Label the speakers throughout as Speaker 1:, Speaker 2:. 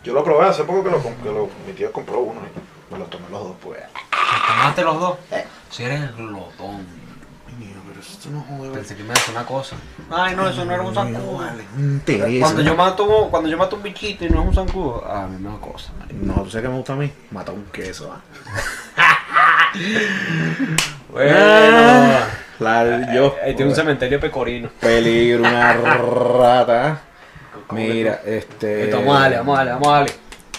Speaker 1: Yo lo probé hace poco mi tío compró uno y me los tomé los dos, pues.
Speaker 2: ¿Tomaste los dos? Si eres glotón.
Speaker 1: Mío, pero esto no jode.
Speaker 2: Pensé que me hace una cosa. Ay, no, eso no era un zancudo.
Speaker 1: Vale, me interesa.
Speaker 2: Cuando yo mato un bichito y no es un zancudo, a mí me da cosa, marico.
Speaker 1: No, tú sabes que me gusta a mí. Mata un queso,
Speaker 2: Bueno.
Speaker 1: Ahí
Speaker 2: tiene un cementerio pecorino.
Speaker 1: peligro, una rata. Mira,
Speaker 2: Vamos a darle.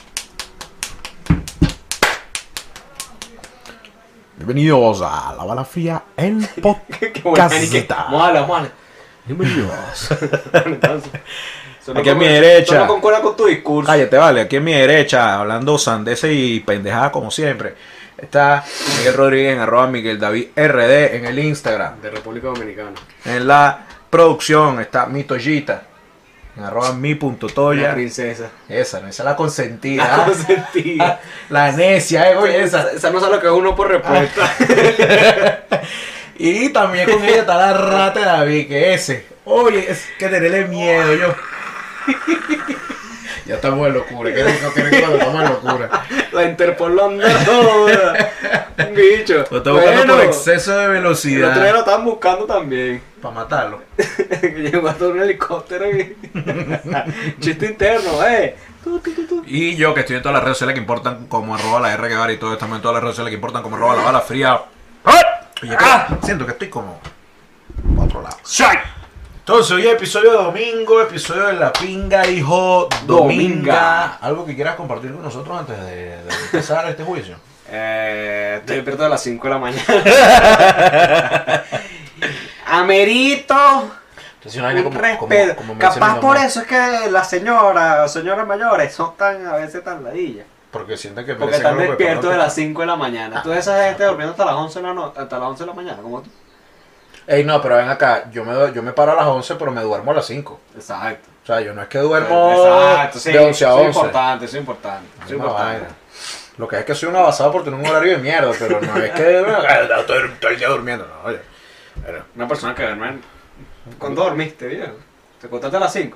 Speaker 1: Bienvenidos a La Bala Fría, el
Speaker 2: Qué bueno,
Speaker 1: podcast.
Speaker 2: Vamos a darle.
Speaker 1: Bienvenidos.
Speaker 2: Entonces,
Speaker 1: Aquí a mi derecha.
Speaker 2: Eso no concuerda con tu discurso.
Speaker 1: Cállate, vale, aquí a mi derecha, hablando sandeces y pendejadas como siempre. Está Miguel Rodríguez en @MiguelDavidRD en el Instagram.
Speaker 2: De República Dominicana.
Speaker 1: En la producción está mi Toyita en @mi.toya.
Speaker 2: La princesa.
Speaker 1: Esa, no, esa es la consentida.
Speaker 2: La consentida.
Speaker 1: La necia, oye, esa.
Speaker 2: Esa no sabe lo que es uno por respuesta.
Speaker 1: Y también con ella está la rata de David, que ese. Oye, es que tenerle miedo yo. Ya estamos en locura, que cuando estamos en locura.
Speaker 2: La Interpol anda toda. Un bicho.
Speaker 1: Lo está buscando por exceso de
Speaker 2: El
Speaker 1: velocidad.
Speaker 2: otro día lo estaban buscando también.
Speaker 1: Para matarlo.
Speaker 2: Llegó hasta un helicóptero y... Chiste interno, Tú.
Speaker 1: Y yo que estoy en todas las redes sociales que importan como @la R Guevara y todo esto, en todas las redes sociales que importan como @la Bala Fría. Oye, siento que estoy como para otro lado. Entonces, hoy es episodio de domingo, episodio de La Pinga, hijo Dominga. ¿Algo que quieras compartir con nosotros antes de empezar este juicio?
Speaker 2: Estoy despierto a las 5 de la mañana. Amerito
Speaker 1: Entonces, una vaina
Speaker 2: un respeto.
Speaker 1: como me dice mi
Speaker 2: Capaz
Speaker 1: mamá.
Speaker 2: por eso es que las señoras mayores son a veces tan ladillas.
Speaker 1: Porque sienten que
Speaker 2: Porque
Speaker 1: merecen
Speaker 2: están
Speaker 1: algo de
Speaker 2: despiertos
Speaker 1: perdón.
Speaker 2: de las 5 de la mañana. Tú ves esa gente durmiendo hasta las 11 de la noche, hasta las 11 de la mañana, como tú.
Speaker 1: Ey, no, pero ven acá, yo me paro a las 11, pero me duermo a las 5.
Speaker 2: Exacto.
Speaker 1: O sea, yo no es que duermo
Speaker 2: Exacto, sí,
Speaker 1: de 11 a 11.
Speaker 2: Eso es importante, eso es importante. Eso es
Speaker 1: Una
Speaker 2: importante.
Speaker 1: vaina. Lo que es que soy una basada por tener un horario de mierda, pero no es que estoy todo el día durmiendo, no, oye. Pero,
Speaker 2: Una persona que duerme. ¿Cuándo dormiste, viejo? ¿Te acostaste a las 5?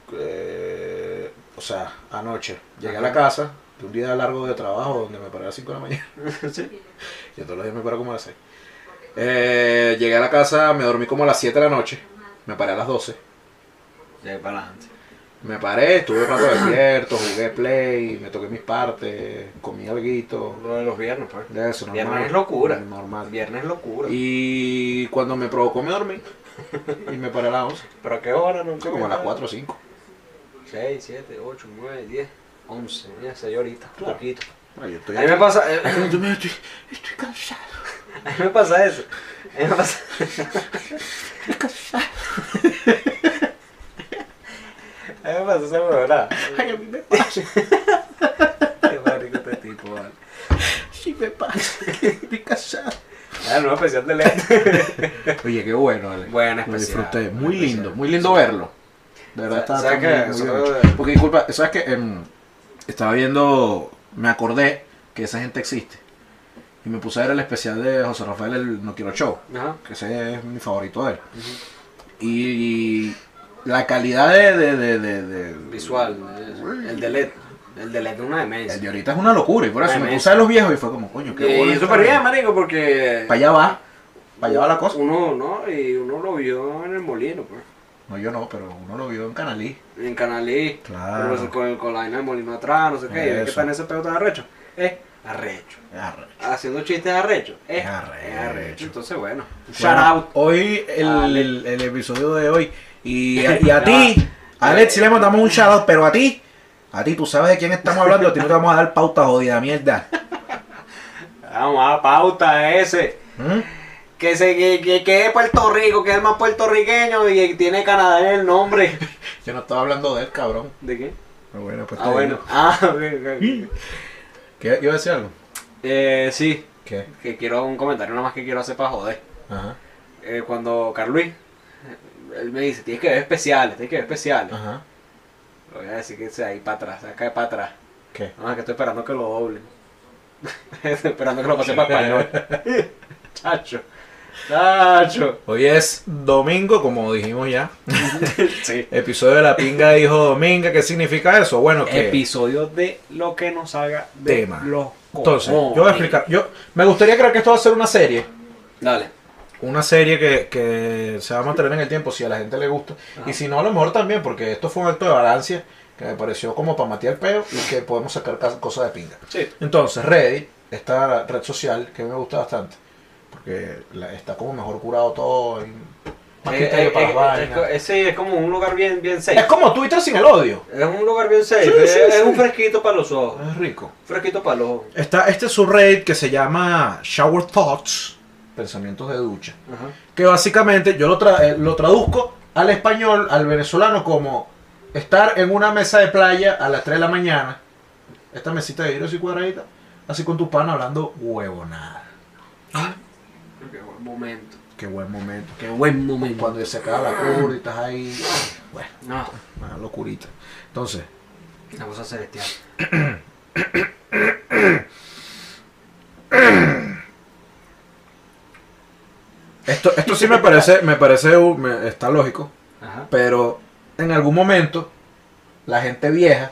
Speaker 1: o sea, anoche llegué a la casa de un día largo de trabajo donde me paré a las 5 de la mañana.
Speaker 2: Sí.
Speaker 1: Yo todos los días me paro como a las 6. Llegué a la casa, me dormí como a las 7 de la noche, me paré a las 12.
Speaker 2: Ya para adelante.
Speaker 1: Me paré, estuve un rato despierto, jugué play, me toqué mis partes, comí alguito.
Speaker 2: Lo de los viernes, pues.
Speaker 1: De eso, normal.
Speaker 2: Viernes es locura.
Speaker 1: Normal.
Speaker 2: Viernes es locura.
Speaker 1: Y cuando me provocó me dormí. Y me paré a las 11.
Speaker 2: ¿Pero a qué hora? No,
Speaker 1: Como a las 4 o 5.
Speaker 2: 6, 7, 8, 9, 10, 11. Ya 6 horitas.
Speaker 1: Claro.
Speaker 2: Poquito.
Speaker 1: Yo estoy
Speaker 2: A mí me pasa...
Speaker 1: estoy cansado.
Speaker 2: A mí me pasa eso. A mí me pasa...
Speaker 1: Estoy cansado.
Speaker 2: A mí me pasa esa huevada.
Speaker 1: Ay, a mí me pasa.
Speaker 2: Qué marico este tipo, vale.
Speaker 1: Sí me pasa. Estoy cansado.
Speaker 2: Ah, el nuevo especial de LED.
Speaker 1: Oye, qué bueno, vale.
Speaker 2: Buena
Speaker 1: Lo
Speaker 2: especial.
Speaker 1: disfruté.
Speaker 2: buena
Speaker 1: Muy
Speaker 2: especial.
Speaker 1: lindo. Muy lindo verlo. De verdad está
Speaker 2: ¿Sabes qué?
Speaker 1: muy
Speaker 2: Eso
Speaker 1: bien hecho.
Speaker 2: de-
Speaker 1: Porque disculpa, ¿sabes qué? Estaba viendo, me acordé que esa gente existe. Y me puse a ver el especial de José Rafael, el No Quiero Show.
Speaker 2: Ajá.
Speaker 1: Que ese es mi favorito de él. Y la calidad de
Speaker 2: Visual. El de LED. El de LED es una demencia.
Speaker 1: el de ahorita es una locura. Y por eso
Speaker 2: Una
Speaker 1: me
Speaker 2: demencia.
Speaker 1: puse a ver los viejos y fue como, coño, qué bola
Speaker 2: Y
Speaker 1: esta
Speaker 2: súper bien,
Speaker 1: vaina.
Speaker 2: marico, porque...
Speaker 1: Para allá va. Para allá va la cosa.
Speaker 2: Uno, ¿no? Y uno lo vio en el molino, pues.
Speaker 1: No, yo no, pero uno lo vio en Canalí.
Speaker 2: En Canalí.
Speaker 1: Claro.
Speaker 2: Con la vaina del molino atrás, no sé qué. Y
Speaker 1: Eso.
Speaker 2: que está en ese pedo tan arrecho. Arrecho.
Speaker 1: Arre.
Speaker 2: Haciendo chistes arrecho.
Speaker 1: Arrecho.
Speaker 2: Entonces, bueno. Un
Speaker 1: Bueno,
Speaker 2: shout out.
Speaker 1: Hoy,
Speaker 2: Ale.
Speaker 1: el episodio de hoy. Y a ti, a Alex, sí le mandamos un shout out, pero a ti, tú sabes de quién estamos hablando. A ti no te vamos a dar pauta, jodida mierda.
Speaker 2: Vamos a pauta ese.
Speaker 1: ¿Mm?
Speaker 2: Que es Puerto Rico, que es el más puertorriqueño y tiene Canadá en el nombre.
Speaker 1: Yo no estaba hablando de él, cabrón.
Speaker 2: ¿De qué?
Speaker 1: Pero bueno, pues
Speaker 2: Ah,
Speaker 1: te
Speaker 2: bueno.
Speaker 1: digo.
Speaker 2: Ah, ok.
Speaker 1: ¿Qué? ¿Iba a decir algo?
Speaker 2: Sí.
Speaker 1: ¿Qué?
Speaker 2: Que quiero un comentario nada más que quiero hacer para joder.
Speaker 1: Ajá.
Speaker 2: Cuando Carluis, él me dice, tienes que ver especiales.
Speaker 1: Ajá.
Speaker 2: Le voy a decir que sea ahí para atrás, se cae para atrás.
Speaker 1: ¿Qué?
Speaker 2: No, es que estoy esperando que lo doblen. Estoy esperando que lo pase para español. Chacho. Nacho.
Speaker 1: Hoy es domingo, como dijimos ya.
Speaker 2: Sí.
Speaker 1: Episodio de La Pinga dijo Dominga. ¿Qué significa eso? Bueno, que
Speaker 2: Episodio de lo que nos haga de
Speaker 1: tema.
Speaker 2: los
Speaker 1: Entonces,
Speaker 2: cojones.
Speaker 1: yo voy a explicar. Me gustaría creer que esto va a ser una serie.
Speaker 2: Dale.
Speaker 1: Una serie que se va a mantener en el tiempo si a la gente le gusta.
Speaker 2: Ajá.
Speaker 1: Y si no, a lo mejor también, porque esto fue un acto de vagancia que me pareció como para matear el peo y que podemos sacar cosas de pinga.
Speaker 2: Sí.
Speaker 1: Entonces, Reddit, esta red social que me gusta bastante, porque está como mejor curado todo. Hay más criterio para las vainas.
Speaker 2: Sí, es como un lugar bien safe.
Speaker 1: Es como Twitter sin el odio.
Speaker 2: Es un lugar bien safe.
Speaker 1: Sí,
Speaker 2: es
Speaker 1: sí.
Speaker 2: un fresquito para los ojos.
Speaker 1: Es rico.
Speaker 2: Fresquito para los ojos.
Speaker 1: Está este subreddit que se llama Shower Thoughts, pensamientos de ducha,
Speaker 2: Ajá.
Speaker 1: que básicamente yo lo traduzco al español, al venezolano, como estar en una mesa de playa a las 3 de la mañana, esta mesita de vidrio así cuadradita, así con tu pana hablando huevonada.
Speaker 2: Qué buen momento.
Speaker 1: Qué buen momento.
Speaker 2: Qué buen momento.
Speaker 1: Cuando se acaba la cura y estás ahí, bueno,
Speaker 2: No,
Speaker 1: una locurita. Entonces,
Speaker 2: una cosa celestial.
Speaker 1: esto sí está lógico,
Speaker 2: Ajá.
Speaker 1: pero en algún momento la gente vieja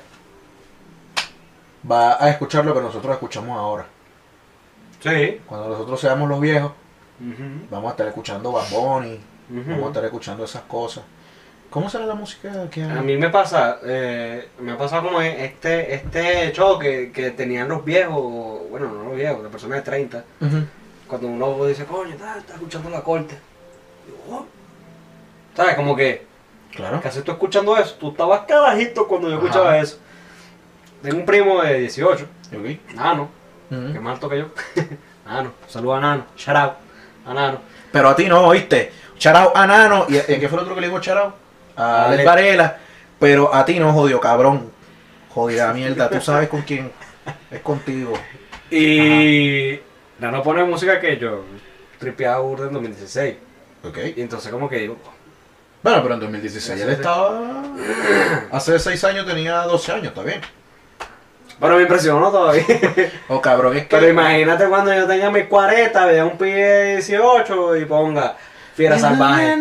Speaker 1: va a escuchar lo que nosotros escuchamos ahora.
Speaker 2: Sí.
Speaker 1: Cuando nosotros seamos los viejos,
Speaker 2: Ujú.
Speaker 1: vamos a estar escuchando Bad Bunny,
Speaker 2: Ujú.
Speaker 1: vamos a estar escuchando esas cosas. ¿Cómo será la música que hay?
Speaker 2: A mí me pasa como este show que tenían los viejos, bueno, no los viejos, las personas de 30,
Speaker 1: Ujú.
Speaker 2: cuando uno dice, coño, está escuchando la corte. Digo, "Oh". ¿Sabes? Como que,
Speaker 1: Claro.
Speaker 2: casi tú escuchando eso, tú estabas carajito cuando yo escuchaba
Speaker 1: Ajá.
Speaker 2: eso. Tengo un primo de 18,
Speaker 1: Ok.
Speaker 2: Nano,
Speaker 1: Ujú.
Speaker 2: que más alto que yo. Nano, saluda a Nano, shout out a Nano.
Speaker 1: Pero a ti no, ¿oíste? Charao a Nano. ¿Y qué fue el otro que le dijo Charao? A Alex
Speaker 2: Alex.
Speaker 1: Varela. Pero a ti no, jodido cabrón. Jodida mierda. Tú sabes con quién es contigo.
Speaker 2: Y Nano pone música que yo tripeaba burda en 2016.
Speaker 1: Ok.
Speaker 2: Y entonces como que digo,
Speaker 1: Bueno, pero en 2016 él
Speaker 2: Sí, sí.
Speaker 1: estaba... Hace 6 años tenía 12 años, está bien.
Speaker 2: pero me impresionó todavía.
Speaker 1: Oh, cabrón, es que...
Speaker 2: Pero imagínate cuando yo tenga mis 40, vea un pibe de 18 y ponga Fiera Salvaje.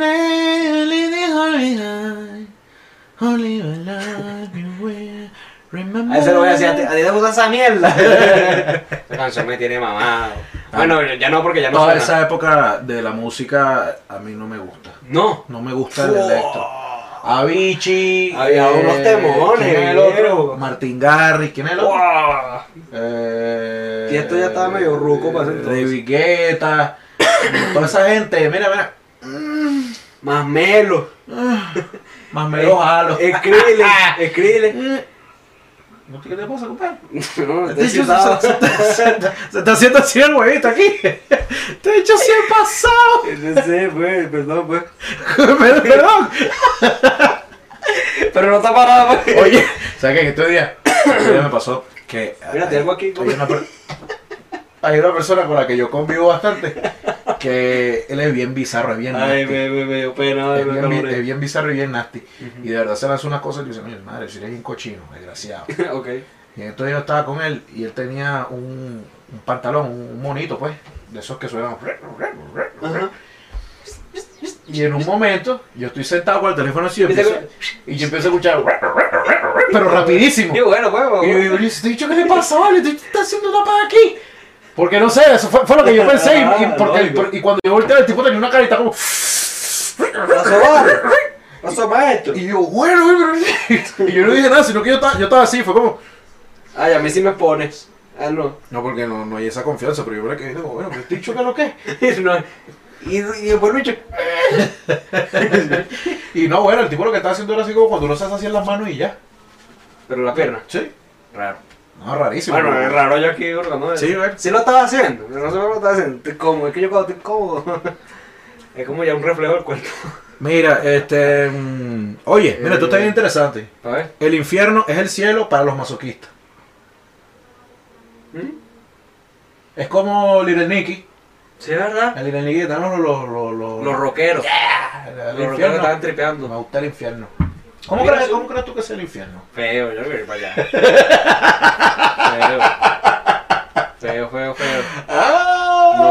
Speaker 2: A ese lo voy a decir, ¿a ti te gusta esa mierda? Esa canción me tiene mamado. Bueno, ya no, porque ya no
Speaker 1: Toda
Speaker 2: suena.
Speaker 1: esa época de la música a mí no me gusta.
Speaker 2: No.
Speaker 1: No me gusta el electro. Avicii.
Speaker 2: Había unos temones,
Speaker 1: ¿Quién es el otro?
Speaker 2: viejo.
Speaker 1: Martin Garrix. ¿Quién es el otro?
Speaker 2: ¡Wow!
Speaker 1: Y
Speaker 2: Y esto ya estaba medio ruco para ese entonces.
Speaker 1: David Guetta. Toda esa gente. Mira.
Speaker 2: Más melo.
Speaker 1: Más me lo jalo.
Speaker 2: Skrillex.
Speaker 1: ¿Qué te pasa, compadre?
Speaker 2: No,
Speaker 1: Este dicho se está haciendo así el huevito aquí. Te he dicho así el pasado.
Speaker 2: Sí, pues, perdón, pues.
Speaker 1: Perdón.
Speaker 2: Pero no está parado, pues.
Speaker 1: Oye, ¿sabes qué? Este día me pasó que
Speaker 2: Mira, te algo aquí.
Speaker 1: hay una persona con la que yo convivo bastante que él es bien bizarro, es bien
Speaker 2: Ay,
Speaker 1: nasty.
Speaker 2: me dio pena.
Speaker 1: Es bien bizarro y bien nasty. Y de verdad se le hace unas cosas y dice, oye, madre, si eres bien cochino, desgraciado.
Speaker 2: Ok.
Speaker 1: Y entonces yo estaba con él y él tenía un pantalón, un monito, pues, de esos que suenan.
Speaker 2: Ajá.
Speaker 1: Y en un momento, yo estoy sentado con el teléfono así y yo empiezo a escuchar, pero rapidísimo.
Speaker 2: Y bueno, pues.
Speaker 1: Y yo digo, te he dicho, ¿qué le pasa, vale? ¿Te estás haciendo una paga aquí? Porque no sé, eso fue lo que yo pensé. Y cuando yo volteé, el tipo tenía una carita como.
Speaker 2: Pasó maestro.
Speaker 1: Y yo, bueno, y yo no dije nada, sino que yo estaba así, fue como.
Speaker 2: Ay, a mí sí me pones. Ah, no.
Speaker 1: No, porque no hay esa confianza, pero yo me quedé como, bueno, ¿te he dicho que lo que?
Speaker 2: No. Y después Lucho.
Speaker 1: Y no, bueno, el tipo lo que estaba haciendo era así como cuando uno se hace así en las manos y ya.
Speaker 2: Pero la pierna.
Speaker 1: Sí.
Speaker 2: Raro.
Speaker 1: No, rarísimo.
Speaker 2: Bueno,
Speaker 1: pero-
Speaker 2: es raro yo aquí hurgando.
Speaker 1: Sí, bueno.
Speaker 2: Sí lo estaba haciendo. No sé por qué lo estaba haciendo. Estoy cómodo. Es que yo cuando estoy cómodo. Es como ya un reflejo del cuerpo.
Speaker 1: Mira, oye, mira, esto está bien interesante.
Speaker 2: A ver.
Speaker 1: El infierno es el cielo para los masoquistas.
Speaker 2: ¿Mm?
Speaker 1: Es como Little Nicky.
Speaker 2: Sí, es verdad.
Speaker 1: En Little Nicky están los
Speaker 2: Los rockeros.
Speaker 1: el
Speaker 2: Los rockeros
Speaker 1: infierno.
Speaker 2: estaban
Speaker 1: Me
Speaker 2: tripeando.
Speaker 1: gusta el infierno. ¿Cómo
Speaker 2: Mira,
Speaker 1: crees tú que es el infierno?
Speaker 2: Feo, yo quiero ir para allá. Feo. Feo.
Speaker 1: Ah,
Speaker 2: No, porque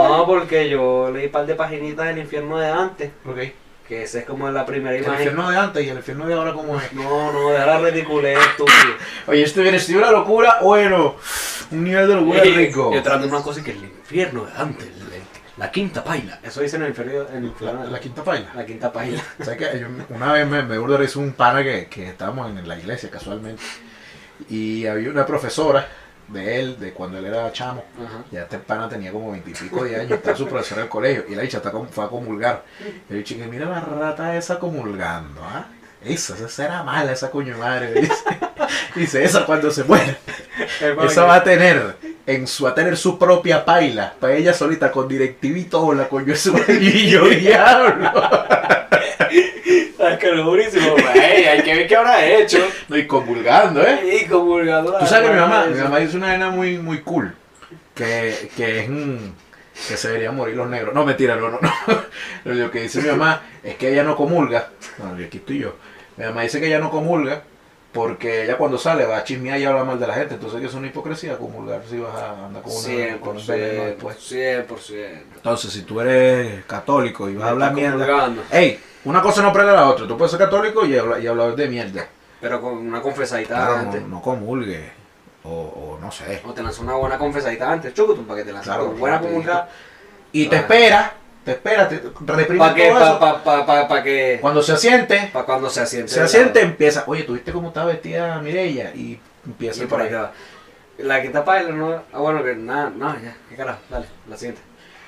Speaker 2: porque yo leí un par de paginitas del infierno de antes.
Speaker 1: Ok.
Speaker 2: Que esa es como la primera
Speaker 1: El
Speaker 2: imagen.
Speaker 1: infierno de antes y el infierno de ahora, ¿cómo es?
Speaker 2: No, deja la ridiculez, estúpido.
Speaker 1: Oye, esto viene sido una locura, bueno, un nivel de locura rico.
Speaker 2: Yo tratando una cosa que el infierno de antes, la quinta paila. Eso dice en el infierno.
Speaker 1: La quinta paila.
Speaker 2: La quinta paila.
Speaker 1: ¿Sabes qué? Yo una vez me burdo hizo un pana que estábamos en la iglesia casualmente y había una profesora de él, de cuando él era chamo.
Speaker 2: Ajá.
Speaker 1: Ya este pana tenía como 20 y pico de años, estaba su profesora del colegio y la dicha fue a comulgar. Y yo dije, mira la rata esa comulgando, ¿ah? Esa será mala, esa coño de madre. Dice, esa cuando se muera, esa va a tener su propia paila, para ella solita, con DirecTV y todo, la coño de su madre. Y yo, diablo.
Speaker 2: Es que lo durísimo, hay que ver qué habrá hecho.
Speaker 1: No, y comulgando, ¿eh?
Speaker 2: Y comulgando.
Speaker 1: Tú sabes que mi mamá dice una nena muy, muy cool, que es que se deberían morir los negros. No, mentira, no. Lo que dice mi mamá es que ella no comulga. Bueno, y aquí estoy yo. Mi mamá dice que ella no comulga porque ella cuando sale va a chismear y habla mal de la gente. Entonces que es una hipocresía comulgar si vas a andar con un veneno después.
Speaker 2: 100%.
Speaker 1: Entonces, si tú eres católico y vas a hablar mierda...
Speaker 2: Comulgando.
Speaker 1: Ey, una cosa no prende a la otra. Tú puedes ser católico y hablar de mierda.
Speaker 2: Pero con una confesadita
Speaker 1: Claro,
Speaker 2: antes.
Speaker 1: no comulgue. O no sé.
Speaker 2: O te lanzas una buena confesadita antes, chucutum, para que te lances
Speaker 1: Claro,
Speaker 2: una buena comulgada.
Speaker 1: Y te espera, reprime
Speaker 2: ¿Para qué?
Speaker 1: todo eso.
Speaker 2: Para que...
Speaker 1: Cuando se asiente,
Speaker 2: Para cuando se asiente.
Speaker 1: empieza. Oye, ¿tú viste cómo estaba vestida Mireia? Y empieza
Speaker 2: Y
Speaker 1: por ahí.
Speaker 2: va. La quinta paila no... Ah, bueno, que nada, no, ya. ¿Qué carajo? Dale, la siguiente.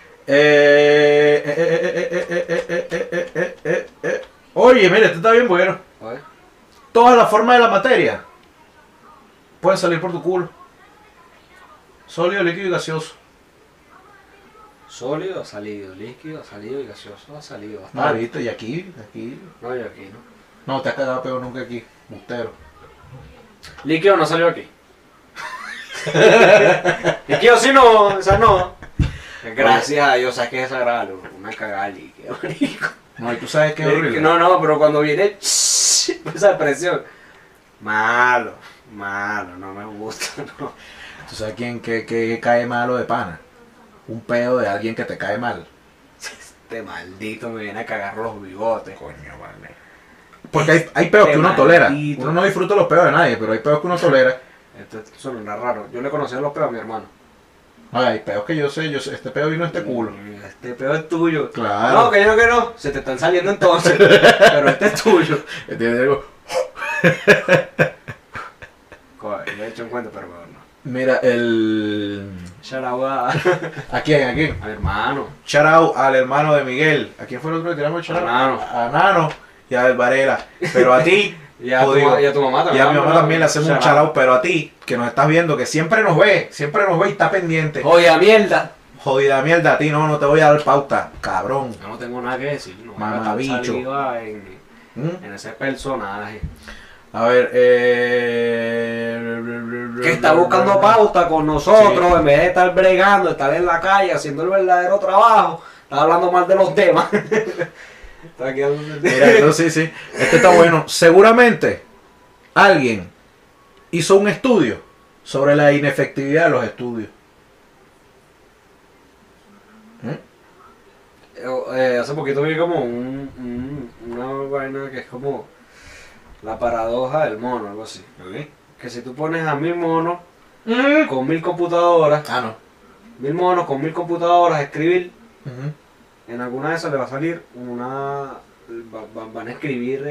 Speaker 1: Oye, mira, esto está bien bueno.
Speaker 2: A ver.
Speaker 1: Todas las formas de la materia pueden salir por tu culo. Sólido, líquido y gaseoso.
Speaker 2: Sólido ha salido, líquido ha salido y gaseoso ha salido.
Speaker 1: Ah,
Speaker 2: Bastante.
Speaker 1: viste, y aquí.
Speaker 2: No, yo aquí, ¿no?
Speaker 1: No, te has cagado peor nunca aquí, mustero.
Speaker 2: Líquido no salió aquí. Líquido sí no, o sea, no. Gracias a Dios, sabes que es desagradable, una cagada líquida, marico.
Speaker 1: No, y tú sabes que es horrible.
Speaker 2: No, pero cuando viene esa presión, malo, no me gusta, no.
Speaker 1: ¿Tú sabes quién que cae malo de pana? Un pedo de alguien que te cae mal.
Speaker 2: Este maldito me viene a cagar los bigotes.
Speaker 1: Coño, vale. Porque hay peos que uno tolera.
Speaker 2: Maldito.
Speaker 1: Uno no disfruta los peos de nadie, pero hay peos que uno tolera.
Speaker 2: Esto suena raro. Yo le conocí a los peos a mi hermano.
Speaker 1: Ay, hay peos que yo sé, este peo vino este culo.
Speaker 2: Este peo es tuyo.
Speaker 1: Claro.
Speaker 2: No, que no. Se te están saliendo entonces. Pero este es tuyo.
Speaker 1: Tiene algo.
Speaker 2: Coño, yo he hecho un cuento, pero bueno, no.
Speaker 1: Mira, el...
Speaker 2: Shout out a
Speaker 1: ¿A quién? ¿A quién?
Speaker 2: mi hermano.
Speaker 1: Shout out al hermano de Miguel. ¿A quién fue el otro que tiramos el shout out?
Speaker 2: A Nano.
Speaker 1: A Nano y a Varela. Pero a ti...
Speaker 2: Y a tu mamá también.
Speaker 1: Y a mi mamá también le hacemos un
Speaker 2: Shout
Speaker 1: shout
Speaker 2: out.
Speaker 1: out, pero a ti, que nos estás viendo, que siempre nos ve y está pendiente.
Speaker 2: Oye, mierda.
Speaker 1: Jodida mierda, a ti no te voy a dar pauta, cabrón.
Speaker 2: Yo no tengo nada que decir. No voy a gastar
Speaker 1: Mamabicho.
Speaker 2: saliva
Speaker 1: ¿Mm?
Speaker 2: en ese personaje.
Speaker 1: A ver,
Speaker 2: Que está buscando pauta con nosotros, en vez de estar bregando, estar en la calle haciendo el verdadero trabajo, está hablando mal de los temas. Está quedando...
Speaker 1: Mira, no, sí. Este está bueno. Seguramente alguien hizo un estudio sobre la inefectividad de los estudios.
Speaker 2: Hace poquito vi como una vaina que es como la paradoja del mono, algo así. Que si tú pones a 1000 monos con 1000 computadoras,
Speaker 1: Ah, no.
Speaker 2: 1000 monos con 1000 computadoras a escribir,
Speaker 1: Ujú.
Speaker 2: en alguna de esas le va a salir van a escribir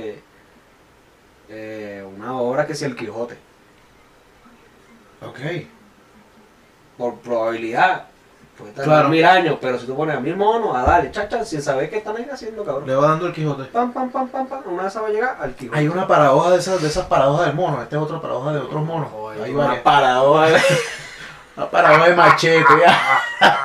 Speaker 2: una obra que es el Quijote.
Speaker 1: Ok.
Speaker 2: Por probabilidad. Puede estar
Speaker 1: Claro.
Speaker 2: 1000 años, pero si tú pones a 1000 monos a darle, chacha, sin saber qué están ahí haciendo, cabrón.
Speaker 1: Le va dando el Quijote.
Speaker 2: Pam, una de esas va a llegar al Quijote.
Speaker 1: Hay una paradoja de esas paradojas del mono. Esta es otra paradoja de otros monos.
Speaker 2: Oye,
Speaker 1: Hay
Speaker 2: una
Speaker 1: varias.
Speaker 2: paradoja.
Speaker 1: Una paradoja de machete. Ya.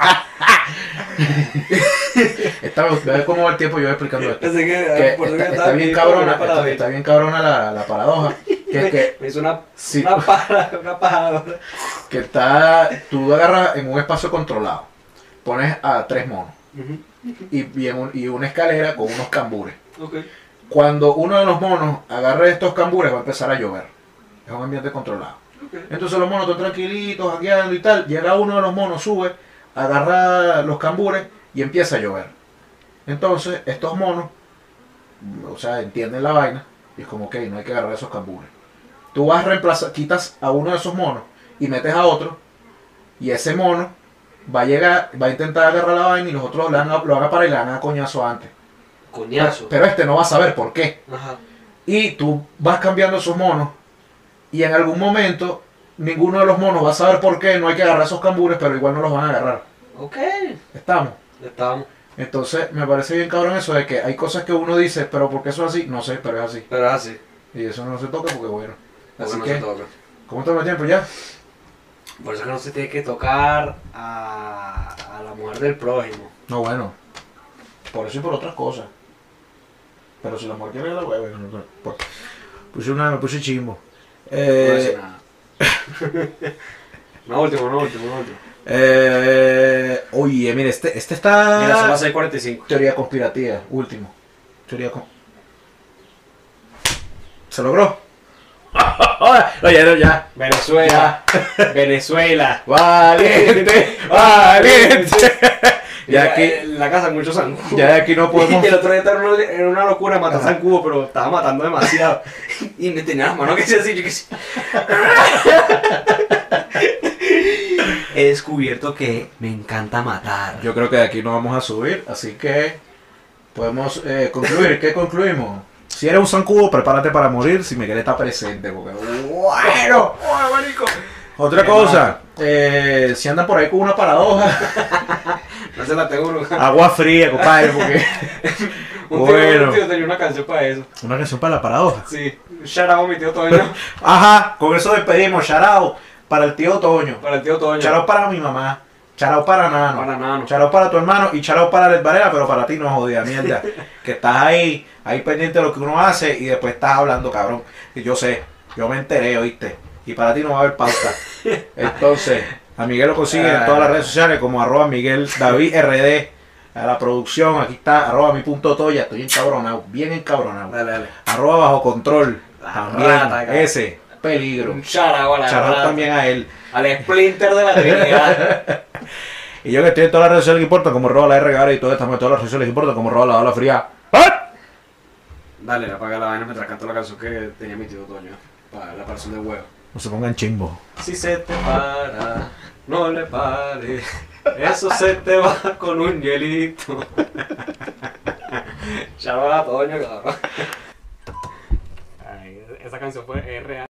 Speaker 1: ¿Ves cómo va el tiempo yo explicando esto?
Speaker 2: Pensé
Speaker 1: Que está bien cabrona, está bien cabrona la paradoja. Que
Speaker 2: Me hizo una
Speaker 1: sí,
Speaker 2: paja.
Speaker 1: que tú agarras en un espacio controlado, pones a 3 monos y una escalera con unos cambures.
Speaker 2: Okay.
Speaker 1: Cuando uno de los monos agarre estos cambures va a empezar a llover. Es un ambiente controlado.
Speaker 2: Okay.
Speaker 1: Entonces los monos están tranquilitos, hackeando y tal. Llega uno de los monos, sube, agarra los cambures y empieza a llover. Entonces, estos monos, o sea, entienden la vaina y es como, ok, no hay que agarrar esos cambures. Tú vas a reemplazar, quitas a uno de esos monos y metes a otro y ese mono va a llegar, va a intentar agarrar la vaina y los otros lo van a parar y le van a dar coñazo antes.
Speaker 2: Coñazo.
Speaker 1: Pero este no va a saber por qué.
Speaker 2: Ajá.
Speaker 1: Y tú vas cambiando esos monos y en algún momento ninguno de los monos va a saber por qué, no hay que agarrar esos cambures, pero igual no los van a agarrar.
Speaker 2: Ok.
Speaker 1: ¿Estamos?
Speaker 2: Estamos.
Speaker 1: Entonces me parece bien cabrón eso de que hay cosas que uno dice, pero ¿por qué eso es así? No sé, pero es así.
Speaker 2: Pero es así.
Speaker 1: Y eso no se toca porque bueno. Así
Speaker 2: Porque no
Speaker 1: que,
Speaker 2: se toca.
Speaker 1: ¿cómo estamos el tiempo ya?
Speaker 2: Por eso es que no se tiene que tocar a la mujer del prójimo.
Speaker 1: No, bueno. Por eso y por otras cosas. Pero si la mujer quiere la hueva, me puse chimbo.
Speaker 2: No decir nada. No último.
Speaker 1: Oye, mire, este está...
Speaker 2: Mira, son las 6:45.
Speaker 1: Teoría conspirativa, último. ¿Se logró? Oye, ya.
Speaker 2: Venezuela. Venezuela.
Speaker 1: Valiente. Ya aquí,
Speaker 2: La casa muchos zancudos.
Speaker 1: ya de aquí no podemos...
Speaker 2: El otro día estaba en una locura matar zancudos, pero estaba matando demasiado. Y me tenía las manos que se así, yo que sí. He descubierto que me encanta matar.
Speaker 1: Yo creo que de aquí no vamos a subir, así que podemos concluir. ¿Qué concluimos? Si eres un zancudo, prepárate para morir si Miguel está presente, porque bueno. Otra cosa, si andan por ahí con una paradoja,
Speaker 2: No se la tengo nunca.
Speaker 1: agua fría, compadre, porque
Speaker 2: Un tío tenía una canción para eso.
Speaker 1: una canción para la paradoja.
Speaker 2: Sí. Shout out a mi tío Toño.
Speaker 1: Ajá, con eso despedimos. Shout out para el tío Toño.
Speaker 2: Para el tío Toño.
Speaker 1: Shout out para mi mamá. Shout out para Nano.
Speaker 2: Para Nano.
Speaker 1: Shout out para tu hermano y shout out para el Varela, pero para ti no jodida mierda. Que estás ahí pendiente de lo que uno hace y después estás hablando, cabrón. Y yo sé, yo me enteré, ¿oíste? Y para ti no va a haber pauta. Entonces, a Miguel lo consiguen en todas las redes sociales como @MiguelDavidRD. A la producción, aquí está, @mi.toya. Estoy encabronado, bien encabronado.
Speaker 2: Dale.
Speaker 1: @bajo control.
Speaker 2: La
Speaker 1: También,
Speaker 2: rata, cabrón.
Speaker 1: ese, peligro.
Speaker 2: Un shout out a la
Speaker 1: Shout out
Speaker 2: rata.
Speaker 1: también a él.
Speaker 2: Al Splinter de la Trinidad.
Speaker 1: Y yo que estoy en todas las redes sociales que importan, como la R Guevara y todo estamos en todas las redes sociales que importan, como la bala fría.
Speaker 2: Dale, apaga la vaina mientras canto la canción que tenía mi tío Toño. Para la canción de huevo.
Speaker 1: No se pongan chimbo.
Speaker 2: Si se te para, no le pare. Eso se te va con un hielito. Shout out a Toño, cabrón. Esa canción fue real.